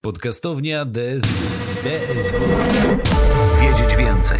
Podcastownia DSW. Wiedzieć więcej.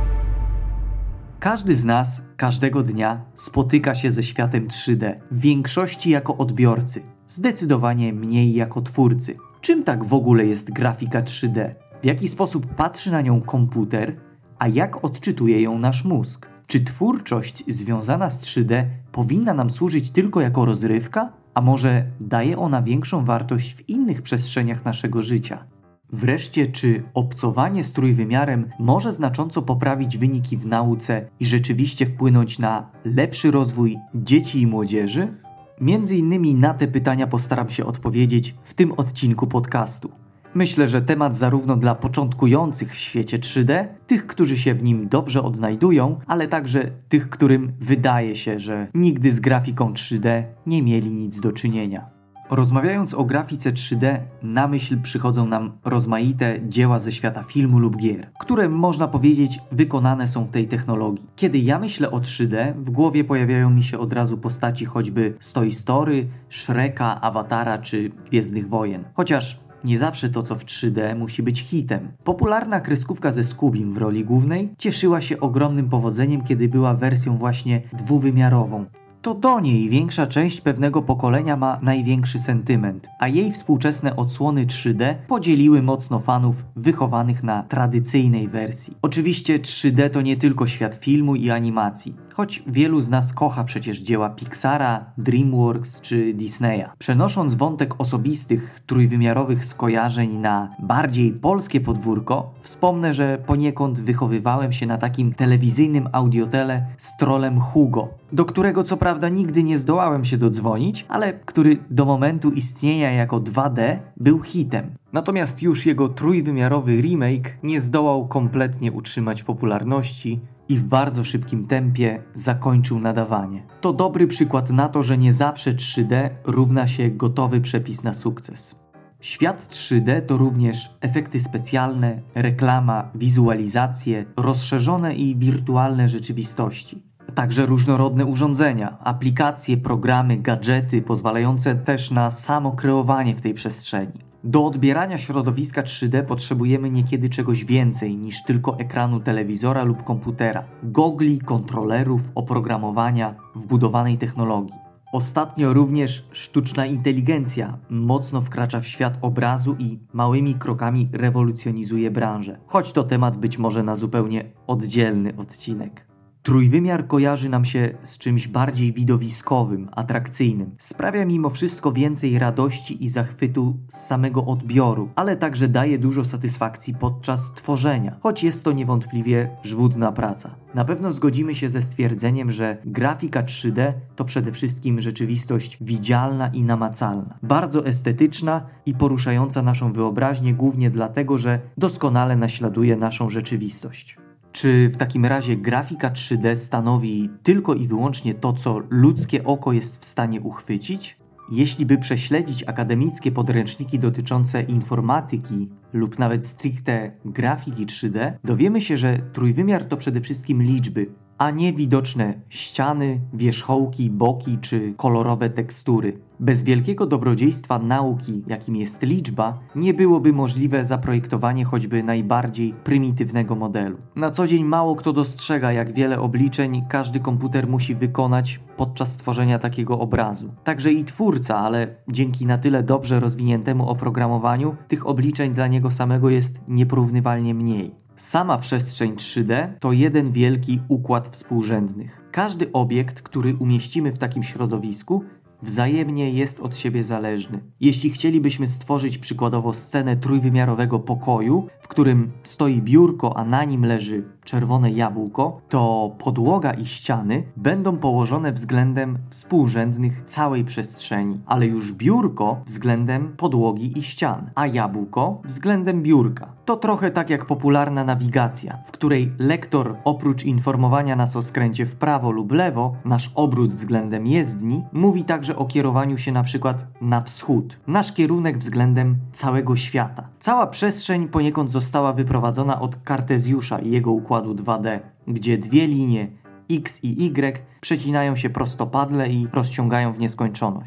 Każdy z nas każdego dnia spotyka się ze światem 3D, w większości jako odbiorcy, zdecydowanie mniej jako twórcy. Czym tak w ogóle jest grafika 3D? W jaki sposób patrzy na nią komputer, a jak odczytuje ją nasz mózg? Czy twórczość związana z 3D powinna nam służyć tylko jako rozrywka? A może daje ona większą wartość w innych przestrzeniach naszego życia? Wreszcie, czy obcowanie z trójwymiarem może znacząco poprawić wyniki w nauce i rzeczywiście wpłynąć na lepszy rozwój dzieci i młodzieży? Między innymi na te pytania postaram się odpowiedzieć w tym odcinku podcastu. Myślę, że temat zarówno dla początkujących w świecie 3D, tych, którzy się w nim dobrze odnajdują, ale także tych, którym wydaje się, że nigdy z grafiką 3D nie mieli nic do czynienia. Rozmawiając o grafice 3D, na myśl przychodzą nam rozmaite dzieła ze świata filmu lub gier, które można powiedzieć wykonane są w tej technologii. Kiedy ja myślę o 3D, w głowie pojawiają mi się od razu postaci choćby z Toy Story, Shreka, Awatara czy Gwiezdnych Wojen. Chociaż nie zawsze to, co w 3D, musi być hitem. Popularna kreskówka ze Scoobym w roli głównej cieszyła się ogromnym powodzeniem, kiedy była wersją właśnie dwuwymiarową. To do niej większa część pewnego pokolenia ma największy sentyment, a jej współczesne odsłony 3D podzieliły mocno fanów wychowanych na tradycyjnej wersji. Oczywiście 3D to nie tylko świat filmu i animacji, choć wielu z nas kocha przecież dzieła Pixara, DreamWorks czy Disneya. Przenosząc wątek osobistych, trójwymiarowych skojarzeń na bardziej polskie podwórko, wspomnę, że poniekąd wychowywałem się na takim telewizyjnym audiotele z trolem Hugo, do którego co prawda nigdy nie zdołałem się dodzwonić, ale który do momentu istnienia jako 2D był hitem. Natomiast już jego trójwymiarowy remake nie zdołał kompletnie utrzymać popularności i w bardzo szybkim tempie zakończył nadawanie. To dobry przykład na to, że nie zawsze 3D równa się gotowy przepis na sukces. Świat 3D to również efekty specjalne, reklama, wizualizacje, rozszerzone i wirtualne rzeczywistości. Także różnorodne urządzenia, aplikacje, programy, gadżety pozwalające też na samo kreowanie w tej przestrzeni. Do odbierania środowiska 3D potrzebujemy niekiedy czegoś więcej niż tylko ekranu telewizora lub komputera, gogli, kontrolerów, oprogramowania, wbudowanej technologii. Ostatnio również sztuczna inteligencja mocno wkracza w świat obrazu i małymi krokami rewolucjonizuje branżę, choć to temat być może na zupełnie oddzielny odcinek. Trójwymiar kojarzy nam się z czymś bardziej widowiskowym, atrakcyjnym. Sprawia mimo wszystko więcej radości i zachwytu z samego odbioru, ale także daje dużo satysfakcji podczas tworzenia, choć jest to niewątpliwie żmudna praca. Na pewno zgodzimy się ze stwierdzeniem, że grafika 3D to przede wszystkim rzeczywistość widzialna i namacalna. Bardzo estetyczna i poruszająca naszą wyobraźnię głównie dlatego, że doskonale naśladuje naszą rzeczywistość. Czy w takim razie grafika 3D stanowi tylko i wyłącznie to, co ludzkie oko jest w stanie uchwycić? Jeśli by prześledzić akademickie podręczniki dotyczące informatyki lub nawet stricte grafiki 3D, dowiemy się, że trójwymiar to przede wszystkim liczby, a nie widoczne ściany, wierzchołki, boki czy kolorowe tekstury. Bez wielkiego dobrodziejstwa nauki, jakim jest liczba, nie byłoby możliwe zaprojektowanie choćby najbardziej prymitywnego modelu. Na co dzień mało kto dostrzega, jak wiele obliczeń każdy komputer musi wykonać podczas tworzenia takiego obrazu. Także i twórca, ale dzięki na tyle dobrze rozwiniętemu oprogramowaniu, tych obliczeń dla niego samego jest nieporównywalnie mniej. Sama przestrzeń 3D to jeden wielki układ współrzędnych. Każdy obiekt, który umieścimy w takim środowisku, wzajemnie jest od siebie zależny. Jeśli chcielibyśmy stworzyć przykładowo scenę trójwymiarowego pokoju, w którym stoi biurko, a na nim leży czerwone jabłko, to podłoga i ściany będą położone względem współrzędnych całej przestrzeni, ale już biurko względem podłogi i ścian, a jabłko względem biurka. To trochę tak jak popularna nawigacja, w której lektor oprócz informowania nas o skręcie w prawo lub lewo, nasz obrót względem jezdni, mówi także o kierowaniu się na przykład na wschód, nasz kierunek względem całego świata. Cała przestrzeń poniekąd została wyprowadzona od Kartezjusza i jego układu 2D, gdzie dwie linie X i Y przecinają się prostopadle i rozciągają w nieskończoność.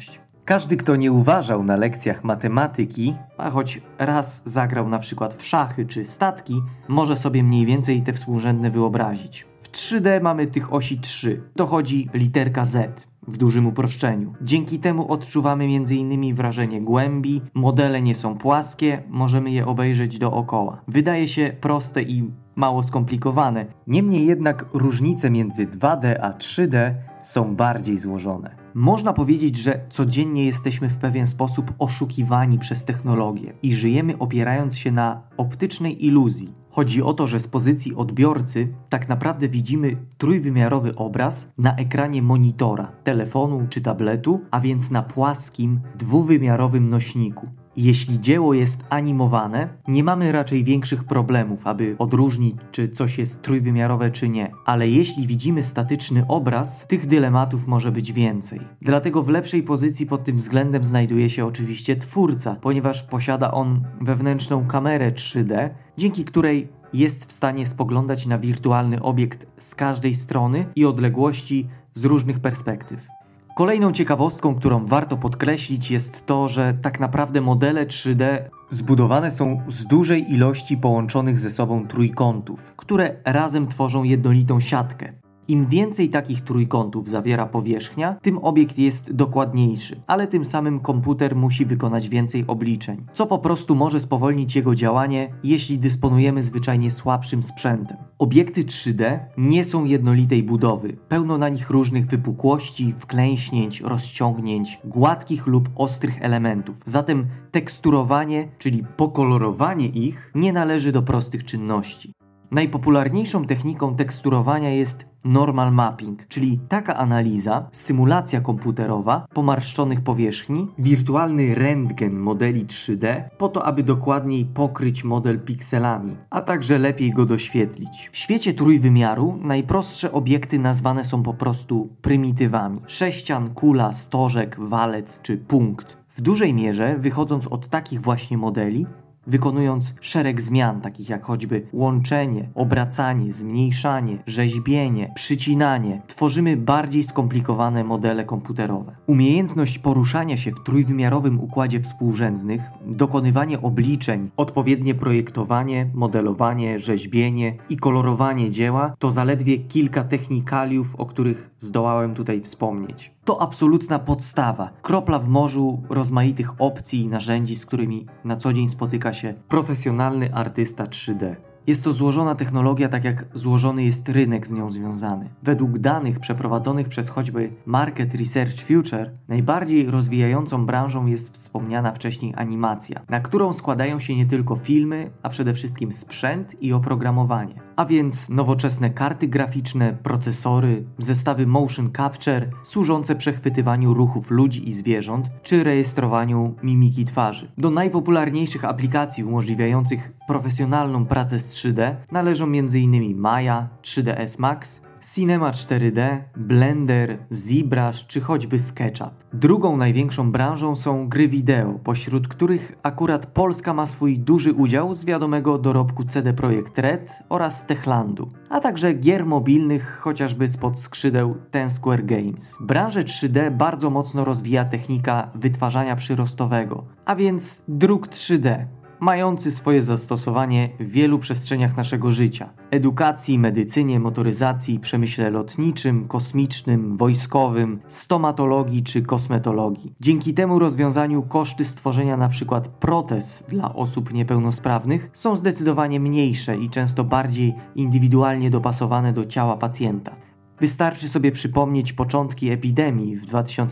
Każdy, kto nie uważał na lekcjach matematyki, a choć raz zagrał na przykład w szachy czy statki, może sobie mniej więcej te współrzędne wyobrazić. W 3D mamy tych osi 3. Dochodzi literka Z w dużym uproszczeniu. Dzięki temu odczuwamy m.in. wrażenie głębi, modele nie są płaskie, możemy je obejrzeć dookoła. Wydaje się proste i mało skomplikowane. Niemniej jednak różnice między 2D a 3D są bardziej złożone. Można powiedzieć, że codziennie jesteśmy w pewien sposób oszukiwani przez technologię i żyjemy opierając się na optycznej iluzji. Chodzi o to, że z pozycji odbiorcy tak naprawdę widzimy trójwymiarowy obraz na ekranie monitora, telefonu czy tabletu, a więc na płaskim, dwuwymiarowym nośniku. Jeśli dzieło jest animowane, nie mamy raczej większych problemów, aby odróżnić, czy coś jest trójwymiarowe, czy nie. Ale jeśli widzimy statyczny obraz, tych dylematów może być więcej. Dlatego w lepszej pozycji pod tym względem znajduje się oczywiście twórca, ponieważ posiada on wewnętrzną kamerę 3D, dzięki której jest w stanie spoglądać na wirtualny obiekt z każdej strony i odległości z różnych perspektyw. Kolejną ciekawostką, którą warto podkreślić, jest to, że tak naprawdę modele 3D zbudowane są z dużej ilości połączonych ze sobą trójkątów, które razem tworzą jednolitą siatkę. Im więcej takich trójkątów zawiera powierzchnia, tym obiekt jest dokładniejszy, ale tym samym komputer musi wykonać więcej obliczeń, co po prostu może spowolnić jego działanie, jeśli dysponujemy zwyczajnie słabszym sprzętem. Obiekty 3D nie są jednolitej budowy, pełno na nich różnych wypukłości, wklęśnięć, rozciągnięć, gładkich lub ostrych elementów. Zatem teksturowanie, czyli pokolorowanie ich, nie należy do prostych czynności. Najpopularniejszą techniką teksturowania jest normal mapping, czyli taka analiza, symulacja komputerowa pomarszczonych powierzchni, wirtualny rentgen modeli 3D po to, aby dokładniej pokryć model pikselami, a także lepiej go doświetlić. W świecie trójwymiaru najprostsze obiekty nazwane są po prostu prymitywami. Sześcian, kula, stożek, walec czy punkt. W dużej mierze, wychodząc od takich właśnie modeli, wykonując szereg zmian, takich jak choćby łączenie, obracanie, zmniejszanie, rzeźbienie, przycinanie, tworzymy bardziej skomplikowane modele komputerowe. Umiejętność poruszania się w trójwymiarowym układzie współrzędnych, dokonywanie obliczeń, odpowiednie projektowanie, modelowanie, rzeźbienie i kolorowanie dzieła to zaledwie kilka technikaliów, o których zdołałem tutaj wspomnieć. To absolutna podstawa, kropla w morzu rozmaitych opcji i narzędzi, z którymi na co dzień spotyka się profesjonalny artysta 3D. Jest to złożona technologia, tak jak złożony jest rynek z nią związany. Według danych przeprowadzonych przez choćby Market Research Future, najbardziej rozwijającą branżą jest wspomniana wcześniej animacja, na którą składają się nie tylko filmy, a przede wszystkim sprzęt i oprogramowanie. A więc nowoczesne karty graficzne, procesory, zestawy motion capture służące przechwytywaniu ruchów ludzi i zwierząt, czy rejestrowaniu mimiki twarzy. Do najpopularniejszych aplikacji umożliwiających profesjonalną pracę z 3D należą m.in. Maya, 3ds Max, Cinema 4D, Blender, ZBrush czy choćby SketchUp. Drugą największą branżą są gry wideo, pośród których akurat Polska ma swój duży udział z wiadomego dorobku CD Projekt Red oraz Techlandu, a także gier mobilnych chociażby spod skrzydeł Ten Square Games. Branżę 3D bardzo mocno rozwija technika wytwarzania przyrostowego, a więc druk 3D. Mający swoje zastosowanie w wielu przestrzeniach naszego życia. Edukacji, medycynie, motoryzacji, przemyśle lotniczym, kosmicznym, wojskowym, stomatologii czy kosmetologii. Dzięki temu rozwiązaniu koszty stworzenia np. protez dla osób niepełnosprawnych są zdecydowanie mniejsze i często bardziej indywidualnie dopasowane do ciała pacjenta. Wystarczy sobie przypomnieć początki epidemii w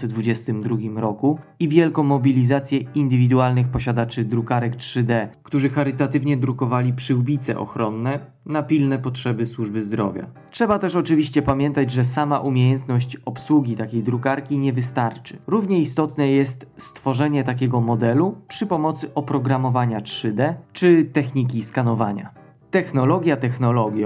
2022 roku i wielką mobilizację indywidualnych posiadaczy drukarek 3D, którzy charytatywnie drukowali przyłbice ochronne na pilne potrzeby służby zdrowia. Trzeba też oczywiście pamiętać, że sama umiejętność obsługi takiej drukarki nie wystarczy. Równie istotne jest stworzenie takiego modelu przy pomocy oprogramowania 3D czy techniki skanowania. Technologia technologią,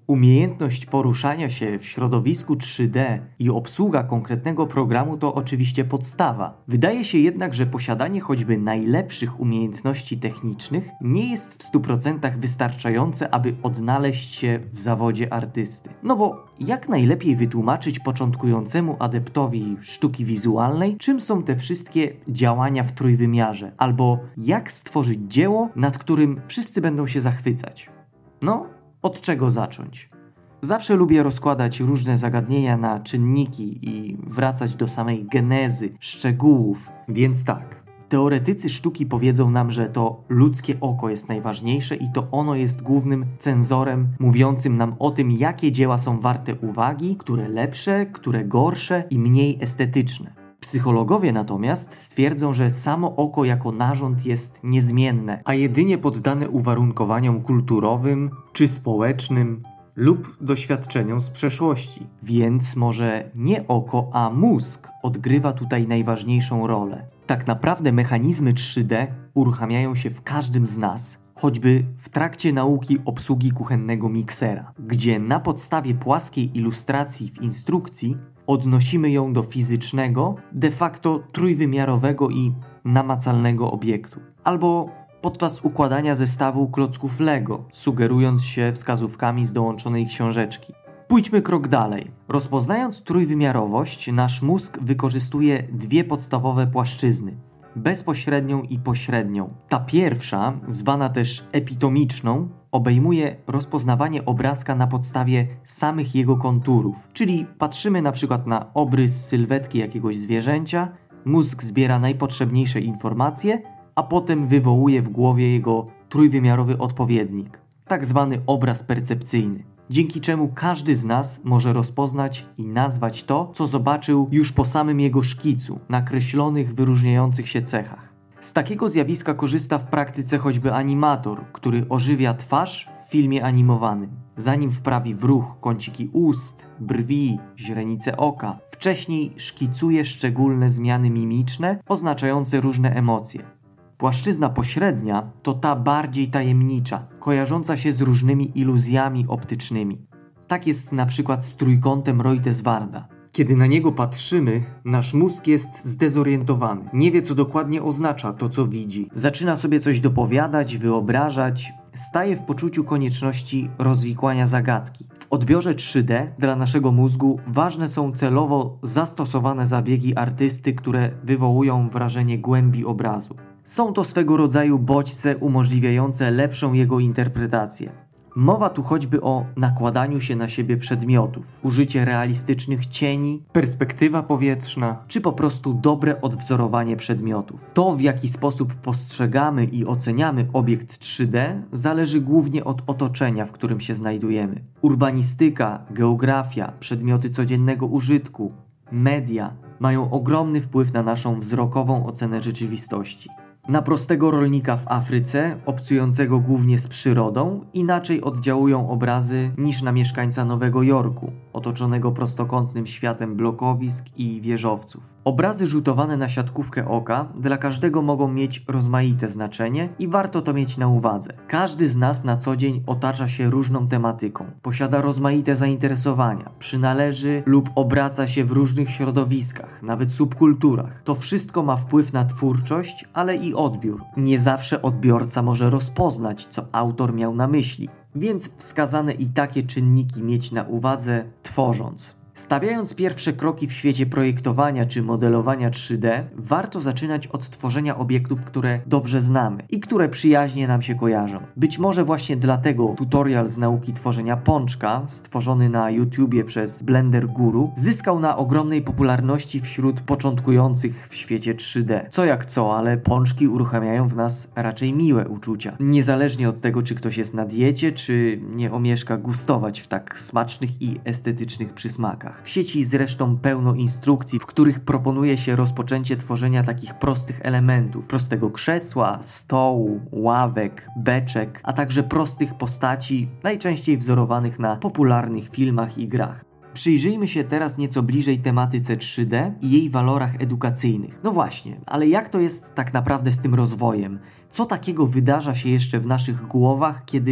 Umiejętność poruszania się w środowisku 3D i obsługa konkretnego programu to oczywiście podstawa. Wydaje się jednak, że posiadanie choćby najlepszych umiejętności technicznych nie jest w 100% wystarczające, aby odnaleźć się w zawodzie artysty. No bo jak najlepiej wytłumaczyć początkującemu adeptowi sztuki wizualnej, czym są te wszystkie działania w trójwymiarze? Albo jak stworzyć dzieło, nad którym wszyscy będą się zachwycać? No, od czego zacząć? Zawsze lubię rozkładać różne zagadnienia na czynniki i wracać do samej genezy, szczegółów. Więc tak, teoretycy sztuki powiedzą nam, że to ludzkie oko jest najważniejsze i to ono jest głównym cenzorem mówiącym nam o tym, jakie dzieła są warte uwagi, które lepsze, które gorsze i mniej estetyczne. Psychologowie natomiast stwierdzą, że samo oko jako narząd jest niezmienne, a jedynie poddane uwarunkowaniom kulturowym czy społecznym lub doświadczeniom z przeszłości. Więc może nie oko, a mózg odgrywa tutaj najważniejszą rolę. Tak naprawdę mechanizmy 3D uruchamiają się w każdym z nas, choćby w trakcie nauki obsługi kuchennego miksera, gdzie na podstawie płaskiej ilustracji w instrukcji odnosimy ją do fizycznego, de facto trójwymiarowego i namacalnego obiektu. Albo podczas układania zestawu klocków Lego, sugerując się wskazówkami z dołączonej książeczki. Pójdźmy krok dalej. Rozpoznając trójwymiarowość, nasz mózg wykorzystuje dwie podstawowe płaszczyzny: bezpośrednią i pośrednią. Ta pierwsza, zwana też epitomiczną, obejmuje rozpoznawanie obrazka na podstawie samych jego konturów. Czyli patrzymy na przykład na obrys sylwetki jakiegoś zwierzęcia, mózg zbiera najpotrzebniejsze informacje, a potem wywołuje w głowie jego trójwymiarowy odpowiednik, tak zwany obraz percepcyjny, dzięki czemu każdy z nas może rozpoznać i nazwać to, co zobaczył już po samym jego szkicu, nakreślonych, wyróżniających się cechach. Z takiego zjawiska korzysta w praktyce choćby animator, który ożywia twarz w filmie animowanym. Zanim wprawi w ruch kąciki ust, brwi, źrenice oka, wcześniej szkicuje szczególne zmiany mimiczne oznaczające różne emocje. Płaszczyzna pośrednia to ta bardziej tajemnicza, kojarząca się z różnymi iluzjami optycznymi. Tak jest na przykład z trójkątem Reuterswarda. Kiedy na niego patrzymy, nasz mózg jest zdezorientowany. Nie wie, co dokładnie oznacza to, co widzi. Zaczyna sobie coś dopowiadać, wyobrażać. Staje w poczuciu konieczności rozwikłania zagadki. W odbiorze 3D dla naszego mózgu ważne są celowo zastosowane zabiegi artysty, które wywołują wrażenie głębi obrazu. Są to swego rodzaju bodźce umożliwiające lepszą jego interpretację. Mowa tu choćby o nakładaniu się na siebie przedmiotów, użycie realistycznych cieni, perspektywa powietrzna, czy po prostu dobre odwzorowanie przedmiotów. To, w jaki sposób postrzegamy i oceniamy obiekt 3D, zależy głównie od otoczenia, w którym się znajdujemy. Urbanistyka, geografia, przedmioty codziennego użytku, media mają ogromny wpływ na naszą wzrokową ocenę rzeczywistości. Na prostego rolnika w Afryce, obcującego głównie z przyrodą, inaczej oddziałują obrazy niż na mieszkańca Nowego Jorku, otoczonego prostokątnym światem blokowisk i wieżowców. Obrazy rzutowane na siatkówkę oka dla każdego mogą mieć rozmaite znaczenie i warto to mieć na uwadze. Każdy z nas na co dzień otacza się różną tematyką, posiada rozmaite zainteresowania, przynależy lub obraca się w różnych środowiskach, nawet subkulturach. To wszystko ma wpływ na twórczość, ale i odbiór. Nie zawsze odbiorca może rozpoznać, co autor miał na myśli, więc wskazane i takie czynniki mieć na uwadze, tworząc. Stawiając pierwsze kroki w świecie projektowania czy modelowania 3D, warto zaczynać od tworzenia obiektów, które dobrze znamy i które przyjaźnie nam się kojarzą. Być może właśnie dlatego tutorial z nauki tworzenia pączka, stworzony na YouTubie przez Blender Guru, zyskał na ogromnej popularności wśród początkujących w świecie 3D. Co jak co, ale pączki uruchamiają w nas raczej miłe uczucia. Niezależnie od tego, czy ktoś jest na diecie, czy nie omieszka gustować w tak smacznych i estetycznych przysmakach. W sieci zresztą pełno instrukcji, w których proponuje się rozpoczęcie tworzenia takich prostych elementów. Prostego krzesła, stołu, ławek, beczek, a także prostych postaci, najczęściej wzorowanych na popularnych filmach i grach. Przyjrzyjmy się teraz nieco bliżej tematyce 3D i jej walorach edukacyjnych. No właśnie, ale jak to jest tak naprawdę z tym rozwojem? Co takiego wydarza się jeszcze w naszych głowach, kiedy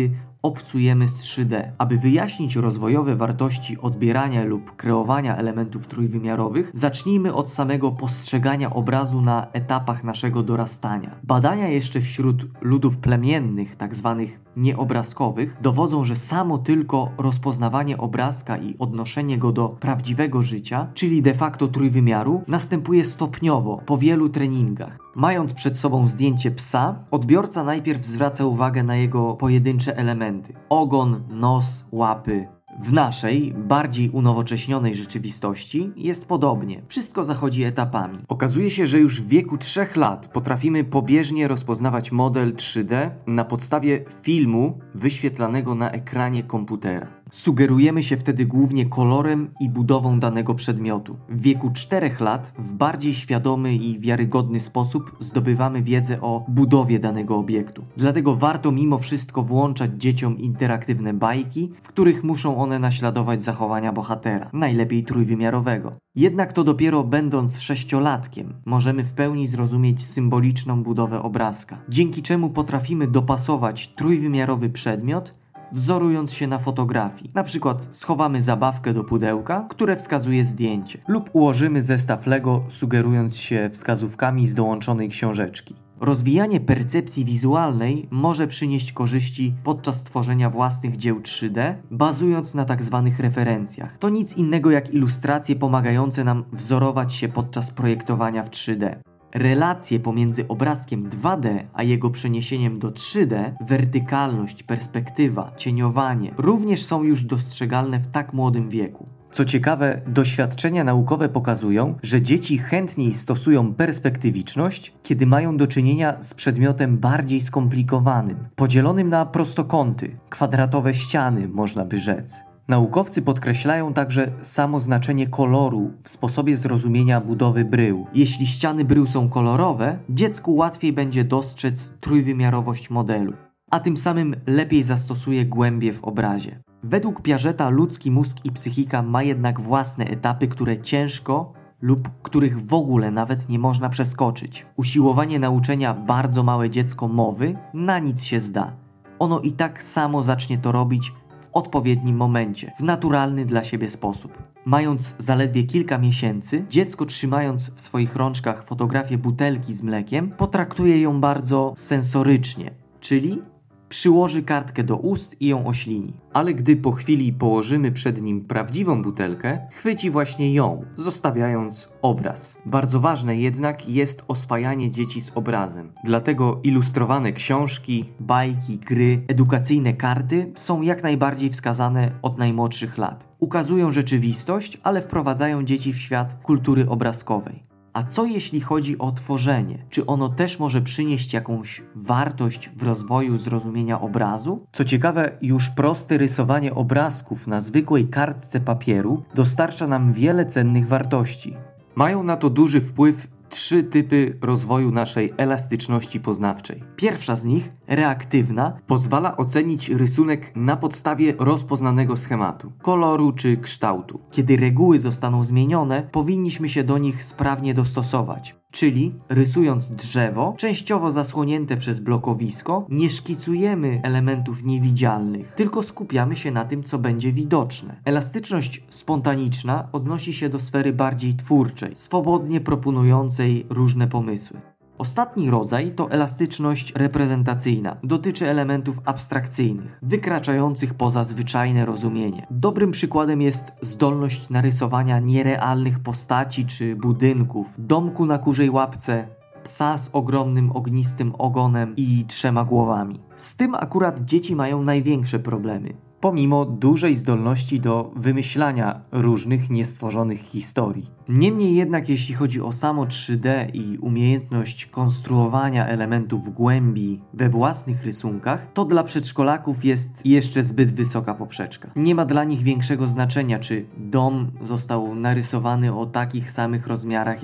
obcujemy z 3D. Aby wyjaśnić rozwojowe wartości odbierania lub kreowania elementów trójwymiarowych, zacznijmy od samego postrzegania obrazu na etapach naszego dorastania. Badania jeszcze wśród ludów plemiennych, tzw. nieobrazkowych, dowodzą, że samo tylko rozpoznawanie obrazka i odnoszenie go do prawdziwego życia, czyli de facto trójwymiaru, następuje stopniowo, po wielu treningach. Mając przed sobą zdjęcie psa, odbiorca najpierw zwraca uwagę na jego pojedyncze elementy: ogon, nos, łapy. W naszej, bardziej unowocześnionej rzeczywistości jest podobnie. Wszystko zachodzi etapami. Okazuje się, że już w wieku 3 lat potrafimy pobieżnie rozpoznawać model 3D na podstawie filmu wyświetlanego na ekranie komputera. Sugerujemy się wtedy głównie kolorem i budową danego przedmiotu. W wieku 4 lat w bardziej świadomy i wiarygodny sposób zdobywamy wiedzę o budowie danego obiektu. Dlatego warto mimo wszystko włączać dzieciom interaktywne bajki, w których muszą one naśladować zachowania bohatera, najlepiej trójwymiarowego. Jednak to dopiero będąc 6-latkiem możemy w pełni zrozumieć symboliczną budowę obrazka, dzięki czemu potrafimy dopasować trójwymiarowy przedmiot, wzorując się na fotografii. Na przykład schowamy zabawkę do pudełka, które wskazuje zdjęcie, lub ułożymy zestaw Lego, sugerując się wskazówkami z dołączonej książeczki. Rozwijanie percepcji wizualnej może przynieść korzyści podczas tworzenia własnych dzieł 3D, bazując na tzw. referencjach. To nic innego jak ilustracje pomagające nam wzorować się podczas projektowania w 3D. Relacje pomiędzy obrazkiem 2D a jego przeniesieniem do 3D, wertykalność, perspektywa, cieniowanie, również są już dostrzegalne w tak młodym wieku. Co ciekawe, doświadczenia naukowe pokazują, że dzieci chętniej stosują perspektywiczność, kiedy mają do czynienia z przedmiotem bardziej skomplikowanym, podzielonym na prostokąty, kwadratowe ściany, można by rzec. Naukowcy podkreślają także samo znaczenie koloru w sposobie zrozumienia budowy brył. Jeśli ściany brył są kolorowe, dziecku łatwiej będzie dostrzec trójwymiarowość modelu, a tym samym lepiej zastosuje głębię w obrazie. Według Piageta ludzki mózg i psychika ma jednak własne etapy, które ciężko lub których w ogóle nawet nie można przeskoczyć. Usiłowanie nauczenia bardzo małe dziecko mowy na nic się zda. Ono i tak samo zacznie to robić w odpowiednim momencie, w naturalny dla siebie sposób. Mając zaledwie kilka miesięcy, dziecko trzymając w swoich rączkach fotografię butelki z mlekiem, potraktuje ją bardzo sensorycznie, czyli przyłoży kartkę do ust i ją oślini. Ale gdy po chwili położymy przed nim prawdziwą butelkę, chwyci właśnie ją, zostawiając obraz. Bardzo ważne jednak jest oswajanie dzieci z obrazem. Dlatego ilustrowane książki, bajki, gry, edukacyjne karty są jak najbardziej wskazane od najmłodszych lat. Ukazują rzeczywistość, ale wprowadzają dzieci w świat kultury obrazkowej. A co jeśli chodzi o tworzenie? Czy ono też może przynieść jakąś wartość w rozwoju zrozumienia obrazu? Co ciekawe, już proste rysowanie obrazków na zwykłej kartce papieru dostarcza nam wiele cennych wartości. Mają na to duży wpływ 3 typy rozwoju naszej elastyczności poznawczej. Pierwsza z nich, reaktywna, pozwala ocenić rysunek na podstawie rozpoznanego schematu, koloru czy kształtu. Kiedy reguły zostaną zmienione, powinniśmy się do nich sprawnie dostosować. Czyli rysując drzewo, częściowo zasłonięte przez blokowisko, nie szkicujemy elementów niewidzialnych, tylko skupiamy się na tym, co będzie widoczne. Elastyczność spontaniczna odnosi się do sfery bardziej twórczej, swobodnie proponującej różne pomysły. Ostatni rodzaj to elastyczność reprezentacyjna. Dotyczy elementów abstrakcyjnych, wykraczających poza zwyczajne rozumienie. Dobrym przykładem jest zdolność narysowania nierealnych postaci czy budynków, domku na kurzej łapce, psa z ogromnym ognistym ogonem i 3 głowami. Z tym akurat dzieci mają największe problemy, pomimo dużej zdolności do wymyślania różnych niestworzonych historii. Niemniej jednak jeśli chodzi o samo 3D i umiejętność konstruowania elementów głębi we własnych rysunkach, to dla przedszkolaków jest jeszcze zbyt wysoka poprzeczka. Nie ma dla nich większego znaczenia, czy dom został narysowany o takich samych rozmiarach jak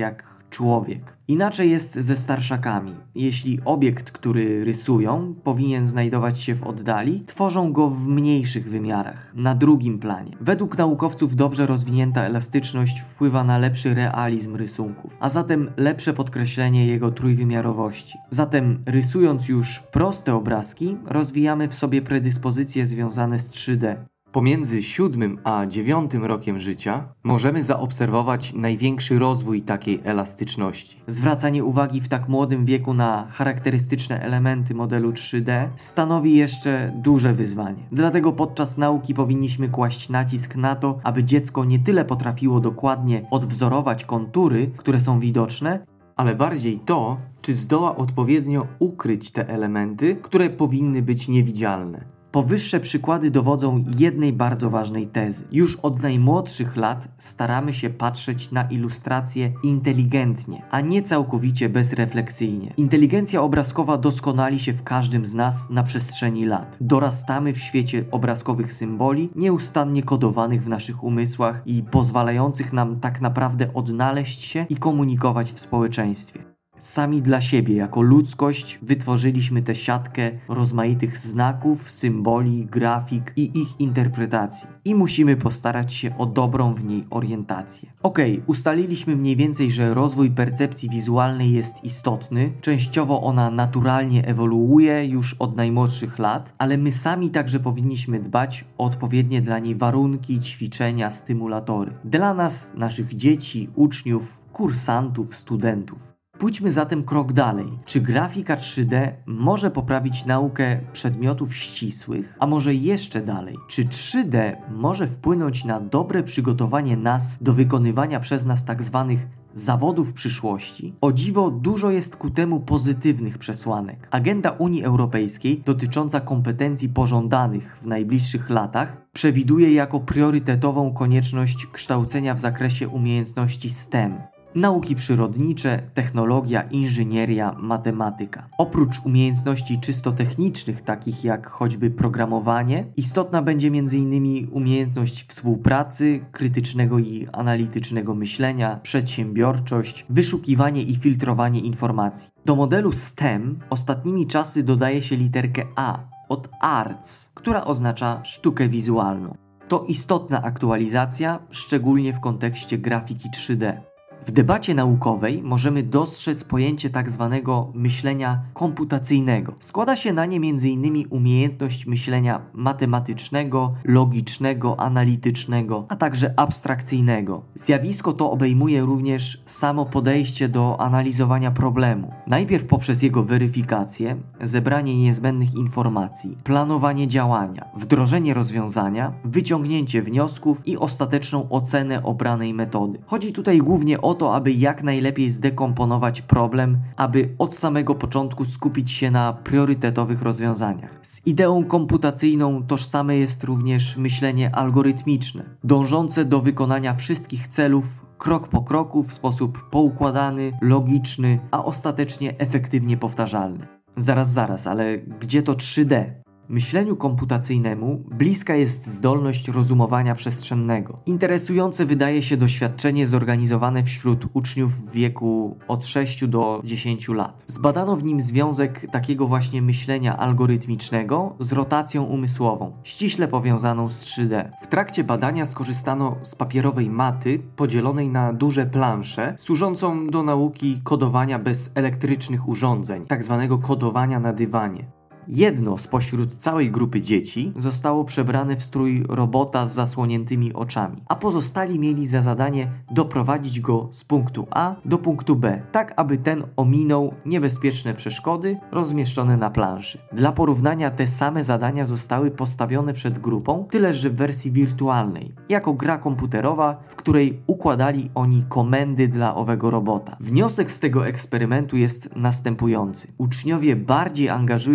człowiek. Inaczej jest ze starszakami. Jeśli obiekt, który rysują, powinien znajdować się w oddali, tworzą go w mniejszych wymiarach, na drugim planie. Według naukowców dobrze rozwinięta elastyczność wpływa na lepszy realizm rysunków, a zatem lepsze podkreślenie jego trójwymiarowości. Zatem rysując już proste obrazki, rozwijamy w sobie predyspozycje związane z 3D. Pomiędzy 7 a 9 rokiem życia możemy zaobserwować największy rozwój takiej elastyczności. Zwracanie uwagi w tak młodym wieku na charakterystyczne elementy modelu 3D stanowi jeszcze duże wyzwanie. Dlatego podczas nauki powinniśmy kłaść nacisk na to, aby dziecko nie tyle potrafiło dokładnie odwzorować kontury, które są widoczne, ale bardziej to, czy zdoła odpowiednio ukryć te elementy, które powinny być niewidzialne. Powyższe przykłady dowodzą jednej bardzo ważnej tezy. Już od najmłodszych lat staramy się patrzeć na ilustracje inteligentnie, a nie całkowicie bezrefleksyjnie. Inteligencja obrazkowa doskonali się w każdym z nas na przestrzeni lat. Dorastamy w świecie obrazkowych symboli, nieustannie kodowanych w naszych umysłach i pozwalających nam tak naprawdę odnaleźć się i komunikować w społeczeństwie. Sami dla siebie, jako ludzkość, wytworzyliśmy tę siatkę rozmaitych znaków, symboli, grafik i ich interpretacji. I musimy postarać się o dobrą w niej orientację. Ustaliliśmy mniej więcej, że rozwój percepcji wizualnej jest istotny. Częściowo ona naturalnie ewoluuje już od najmłodszych lat, ale my sami także powinniśmy dbać o odpowiednie dla niej warunki, ćwiczenia, stymulatory. Dla nas, naszych dzieci, uczniów, kursantów, studentów. Pójdźmy zatem krok dalej. Czy grafika 3D może poprawić naukę przedmiotów ścisłych? A może jeszcze dalej? Czy 3D może wpłynąć na dobre przygotowanie nas do wykonywania przez nas tzw. zawodów przyszłości? O dziwo, dużo jest ku temu pozytywnych przesłanek. Agenda Unii Europejskiej dotycząca kompetencji pożądanych w najbliższych latach przewiduje jako priorytetową konieczność kształcenia w zakresie umiejętności STEM. Nauki przyrodnicze, technologia, inżynieria, matematyka. Oprócz umiejętności czysto technicznych, takich jak choćby programowanie, istotna będzie m.in. umiejętność współpracy, krytycznego i analitycznego myślenia, przedsiębiorczość, wyszukiwanie i filtrowanie informacji. Do modelu STEM ostatnimi czasy dodaje się literkę A od Arts, która oznacza sztukę wizualną. To istotna aktualizacja, szczególnie w kontekście grafiki 3D. W debacie naukowej możemy dostrzec pojęcie tzw. myślenia komputacyjnego. Składa się na nie m.in. umiejętność myślenia matematycznego, logicznego, analitycznego, a także abstrakcyjnego. Zjawisko to obejmuje również samo podejście do analizowania problemu. Najpierw poprzez jego weryfikację, zebranie niezbędnych informacji, planowanie działania, wdrożenie rozwiązania, wyciągnięcie wniosków i ostateczną ocenę obranej metody. Chodzi tutaj głównie o to, aby jak najlepiej zdekomponować problem, aby od samego początku skupić się na priorytetowych rozwiązaniach. Z ideą komputacyjną tożsame jest również myślenie algorytmiczne, dążące do wykonania wszystkich celów krok po kroku w sposób poukładany, logiczny, a ostatecznie efektywnie powtarzalny. Zaraz, ale gdzie to 3D? Myśleniu komputacyjnemu bliska jest zdolność rozumowania przestrzennego. Interesujące wydaje się doświadczenie zorganizowane wśród uczniów w wieku od 6 do 10 lat. Zbadano w nim związek takiego właśnie myślenia algorytmicznego z rotacją umysłową, ściśle powiązaną z 3D. W trakcie badania skorzystano z papierowej maty podzielonej na duże plansze, służącą do nauki kodowania bez elektrycznych urządzeń, tzw. kodowania na dywanie. Jedno spośród całej grupy dzieci zostało przebrane w strój robota z zasłoniętymi oczami, a pozostali mieli za zadanie doprowadzić go z punktu A do punktu B, tak aby ten ominął niebezpieczne przeszkody rozmieszczone na planszy. Dla porównania te same zadania zostały postawione przed grupą, tyle że w wersji wirtualnej, jako gra komputerowa, w której układali oni komendy dla owego robota. Wniosek z tego eksperymentu jest następujący. Uczniowie bardziej angażują się w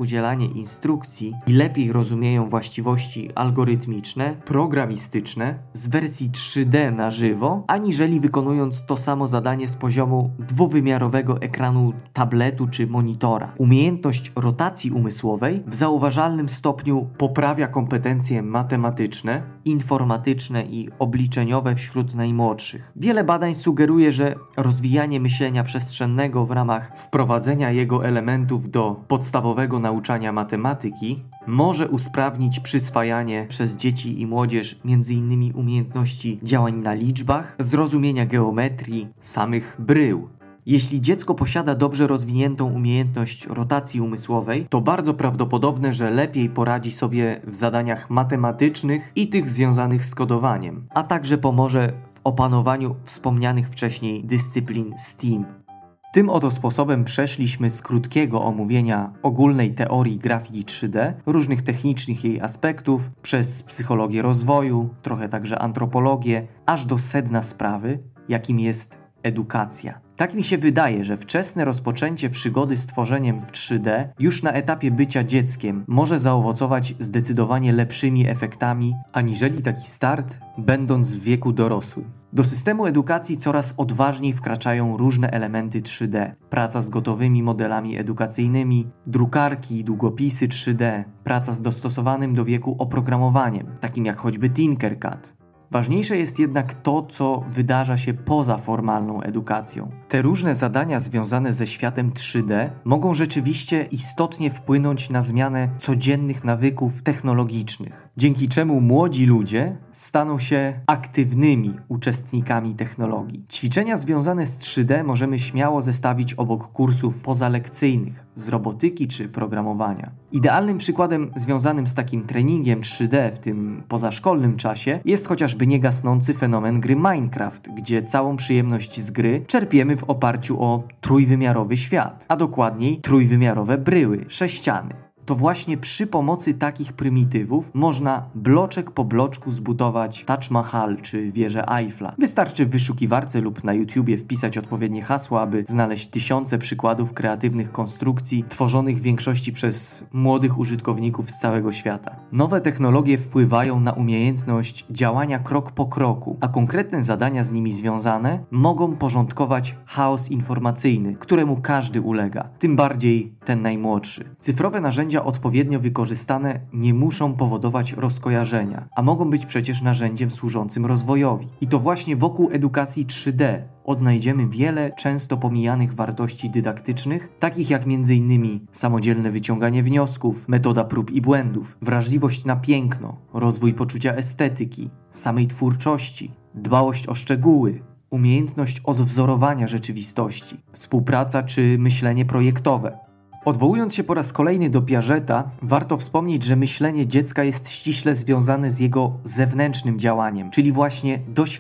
udzielanie instrukcji i lepiej rozumieją właściwości algorytmiczne, programistyczne z wersji 3D na żywo, aniżeli wykonując to samo zadanie z poziomu dwuwymiarowego ekranu tabletu czy monitora. Umiejętność rotacji umysłowej w zauważalnym stopniu poprawia kompetencje matematyczne, informatyczne i obliczeniowe wśród najmłodszych. Wiele badań sugeruje, że rozwijanie myślenia przestrzennego w ramach wprowadzenia jego elementów do podstawowego nauczania matematyki może usprawnić przyswajanie przez dzieci i młodzież m.in. umiejętności działań na liczbach, zrozumienia geometrii, samych brył. Jeśli dziecko posiada dobrze rozwiniętą umiejętność rotacji umysłowej, to bardzo prawdopodobne, że lepiej poradzi sobie w zadaniach matematycznych i tych związanych z kodowaniem, a także pomoże w opanowaniu wspomnianych wcześniej dyscyplin STEAM. Tym oto sposobem przeszliśmy z krótkiego omówienia ogólnej teorii grafiki 3D, różnych technicznych jej aspektów, przez psychologię rozwoju, trochę także antropologię, aż do sedna sprawy, jakim jest edukacja. Tak mi się wydaje, że wczesne rozpoczęcie przygody z tworzeniem w 3D już na etapie bycia dzieckiem może zaowocować zdecydowanie lepszymi efektami, aniżeli taki start, będąc w wieku dorosłym. Do systemu edukacji coraz odważniej wkraczają różne elementy 3D. Praca z gotowymi modelami edukacyjnymi, drukarki i długopisy 3D, praca z dostosowanym do wieku oprogramowaniem, takim jak choćby Tinkercad. Ważniejsze jest jednak to, co wydarza się poza formalną edukacją. Te różne zadania związane ze światem 3D mogą rzeczywiście istotnie wpłynąć na zmianę codziennych nawyków technologicznych, dzięki czemu młodzi ludzie staną się aktywnymi uczestnikami technologii. Ćwiczenia związane z 3D możemy śmiało zestawić obok kursów pozalekcyjnych z robotyki czy programowania. Idealnym przykładem związanym z takim treningiem 3D w tym pozaszkolnym czasie jest chociażby niegasnący fenomen gry Minecraft, gdzie całą przyjemność z gry czerpiemy w oparciu o trójwymiarowy świat, a dokładniej trójwymiarowe bryły, sześciany. To właśnie przy pomocy takich prymitywów można bloczek po bloczku zbudować Taj Mahal czy wieżę Eiffla. Wystarczy w wyszukiwarce lub na YouTubie wpisać odpowiednie hasła, aby znaleźć tysiące przykładów kreatywnych konstrukcji tworzonych w większości przez młodych użytkowników z całego świata. Nowe technologie wpływają na umiejętność działania krok po kroku, a konkretne zadania z nimi związane mogą porządkować chaos informacyjny, któremu każdy ulega, tym bardziej ten najmłodszy. Cyfrowe narzędzia odpowiednio wykorzystane nie muszą powodować rozkojarzenia, a mogą być przecież narzędziem służącym rozwojowi. I to właśnie wokół edukacji 3D odnajdziemy wiele często pomijanych wartości dydaktycznych, takich jak m.in. samodzielne wyciąganie wniosków, metoda prób i błędów, wrażliwość na piękno, rozwój poczucia estetyki, samej twórczości, dbałość o szczegóły, umiejętność odwzorowania rzeczywistości, współpraca czy myślenie projektowe. Odwołując się po raz kolejny do Piageta, warto wspomnieć, że myślenie dziecka jest ściśle związane z jego zewnętrznym działaniem, czyli właśnie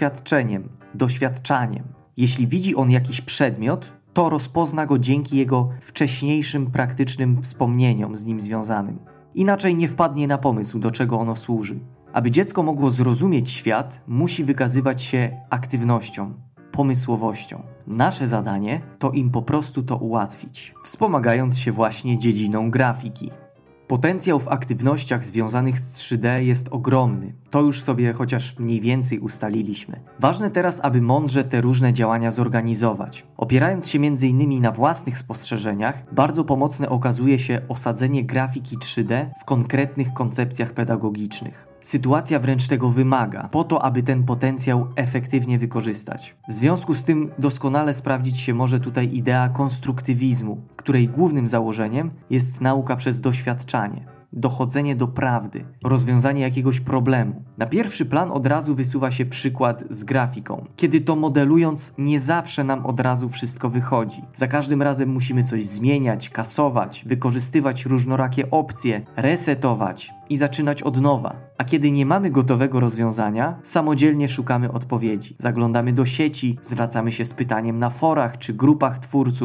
doświadczaniem. Jeśli widzi on jakiś przedmiot, to rozpozna go dzięki jego wcześniejszym praktycznym wspomnieniom z nim związanym. Inaczej nie wpadnie na pomysł, do czego ono służy. Aby dziecko mogło zrozumieć świat, musi wykazywać się aktywnością, pomysłowością. Nasze zadanie to im po prostu to ułatwić, wspomagając się właśnie dziedziną grafiki. Potencjał w aktywnościach związanych z 3D jest ogromny. To już sobie chociaż mniej więcej ustaliliśmy. Ważne teraz, aby mądrze te różne działania zorganizować. Opierając się m.in. na własnych spostrzeżeniach, bardzo pomocne okazuje się osadzenie grafiki 3D w konkretnych koncepcjach pedagogicznych. Sytuacja wręcz tego wymaga, po to, aby ten potencjał efektywnie wykorzystać. W związku z tym doskonale sprawdzić się może tutaj idea konstruktywizmu, której głównym założeniem jest nauka przez doświadczanie, dochodzenie do prawdy, rozwiązanie jakiegoś problemu. Na pierwszy plan od razu wysuwa się przykład z grafiką, kiedy to modelując nie zawsze nam od razu wszystko wychodzi. Za każdym razem musimy coś zmieniać, kasować, wykorzystywać różnorakie opcje, resetować i zaczynać od nowa. A kiedy nie mamy gotowego rozwiązania, samodzielnie szukamy odpowiedzi. Zaglądamy do sieci, zwracamy się z pytaniem na forach czy grupach twórców.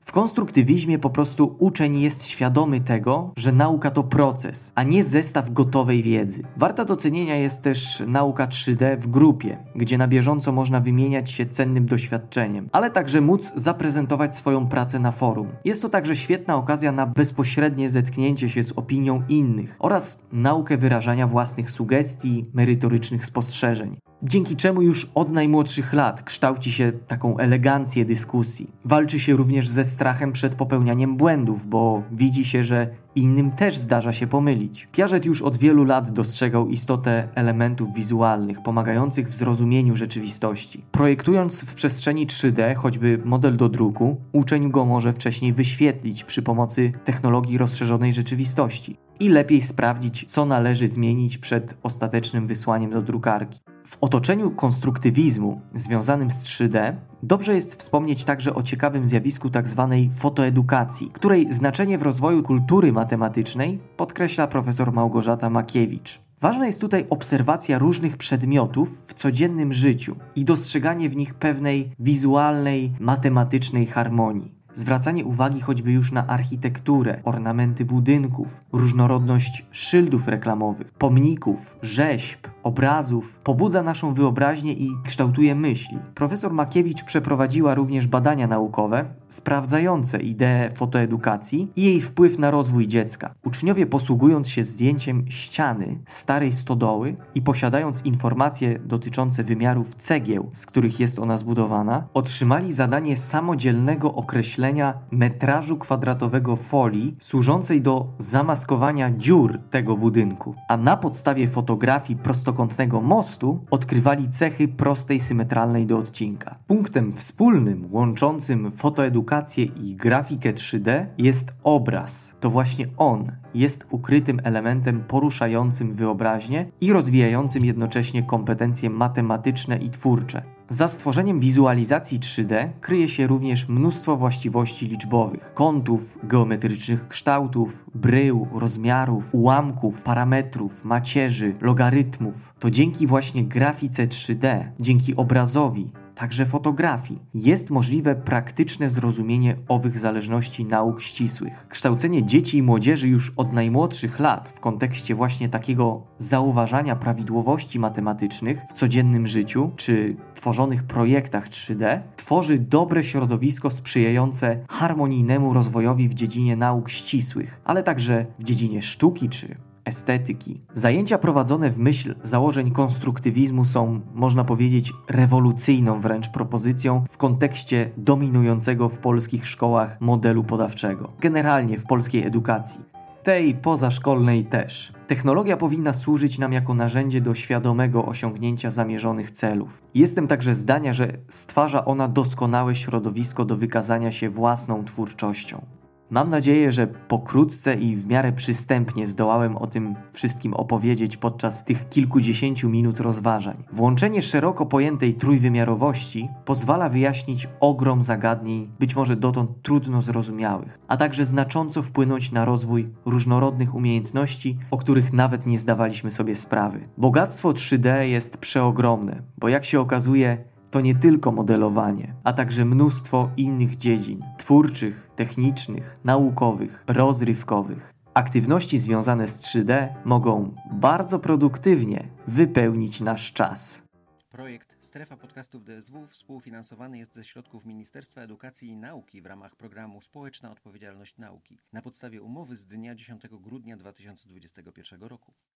W konstruktywizmie po prostu uczeń jest świadomy tego, że nauka to proces, a nie zestaw gotowej wiedzy. Warta docenienia jest też nauka 3D w grupie, gdzie na bieżąco można wymieniać się cennym doświadczeniem, ale także móc zaprezentować swoją pracę na forum. Jest to także świetna okazja na bezpośrednie zetknięcie się z opinią innych oraz naukę wyrażania własnych sugestii, merytorycznych spostrzeżeń. Dzięki czemu już od najmłodszych lat kształci się taką elegancję dyskusji. Walczy się również ze strachem przed popełnianiem błędów, bo widzi się, że innym też zdarza się pomylić. Piaget już od wielu lat dostrzegał istotę elementów wizualnych, pomagających w zrozumieniu rzeczywistości. Projektując w przestrzeni 3D choćby model do druku, uczeń go może wcześniej wyświetlić przy pomocy technologii rozszerzonej rzeczywistości i lepiej sprawdzić, co należy zmienić przed ostatecznym wysłaniem do drukarki. W otoczeniu konstruktywizmu związanym z 3D dobrze jest wspomnieć także o ciekawym zjawisku tzw. fotoedukacji, której znaczenie w rozwoju kultury matematycznej podkreśla profesor Małgorzata Makiewicz. Ważna jest tutaj obserwacja różnych przedmiotów w codziennym życiu i dostrzeganie w nich pewnej wizualnej, matematycznej harmonii. Zwracanie uwagi choćby już na architekturę, ornamenty budynków, różnorodność szyldów reklamowych, pomników, rzeźb, obrazów pobudza naszą wyobraźnię i kształtuje myśli. Profesor Makiewicz przeprowadziła również badania naukowe sprawdzające ideę fotoedukacji i jej wpływ na rozwój dziecka. Uczniowie, posługując się zdjęciem ściany starej stodoły i posiadając informacje dotyczące wymiarów cegieł, z których jest ona zbudowana, otrzymali zadanie samodzielnego określenia metrażu kwadratowego folii służącej do zamaskowania dziur tego budynku, a na podstawie fotografii prostokątnego mostu odkrywali cechy prostej symetralnej do odcinka. Punktem wspólnym łączącym fotoedukację i grafikę 3D jest obraz. To właśnie on jest ukrytym elementem poruszającym wyobraźnię i rozwijającym jednocześnie kompetencje matematyczne i twórcze. Za stworzeniem wizualizacji 3D kryje się również mnóstwo właściwości liczbowych, kątów, geometrycznych kształtów, brył, rozmiarów, ułamków, parametrów, macierzy, logarytmów. To dzięki właśnie grafice 3D, dzięki obrazowi, także fotografii, jest możliwe praktyczne zrozumienie owych zależności nauk ścisłych. Kształcenie dzieci i młodzieży już od najmłodszych lat w kontekście właśnie takiego zauważania prawidłowości matematycznych w codziennym życiu czy tworzonych projektach 3D tworzy dobre środowisko sprzyjające harmonijnemu rozwojowi w dziedzinie nauk ścisłych, ale także w dziedzinie sztuki czy estetyki. Zajęcia prowadzone w myśl założeń konstruktywizmu są, można powiedzieć, rewolucyjną wręcz propozycją w kontekście dominującego w polskich szkołach modelu podawczego. Generalnie w polskiej edukacji. Tej pozaszkolnej też. Technologia powinna służyć nam jako narzędzie do świadomego osiągnięcia zamierzonych celów. Jestem także zdania, że stwarza ona doskonałe środowisko do wykazania się własną twórczością. Mam nadzieję, że pokrótce i w miarę przystępnie zdołałem o tym wszystkim opowiedzieć podczas tych kilkudziesięciu minut rozważań. Włączenie szeroko pojętej trójwymiarowości pozwala wyjaśnić ogrom zagadnień, być może dotąd trudno zrozumiałych, a także znacząco wpłynąć na rozwój różnorodnych umiejętności, o których nawet nie zdawaliśmy sobie sprawy. Bogactwo 3D jest przeogromne, bo jak się okazuje, to nie tylko modelowanie, a także mnóstwo innych dziedzin twórczych, technicznych, naukowych, rozrywkowych. Aktywności związane z 3D mogą bardzo produktywnie wypełnić nasz czas. Projekt Strefa Podcastów DSW współfinansowany jest ze środków Ministerstwa Edukacji i Nauki w ramach programu Społeczna Odpowiedzialność Nauki na podstawie umowy z dnia 10 grudnia 2021 roku.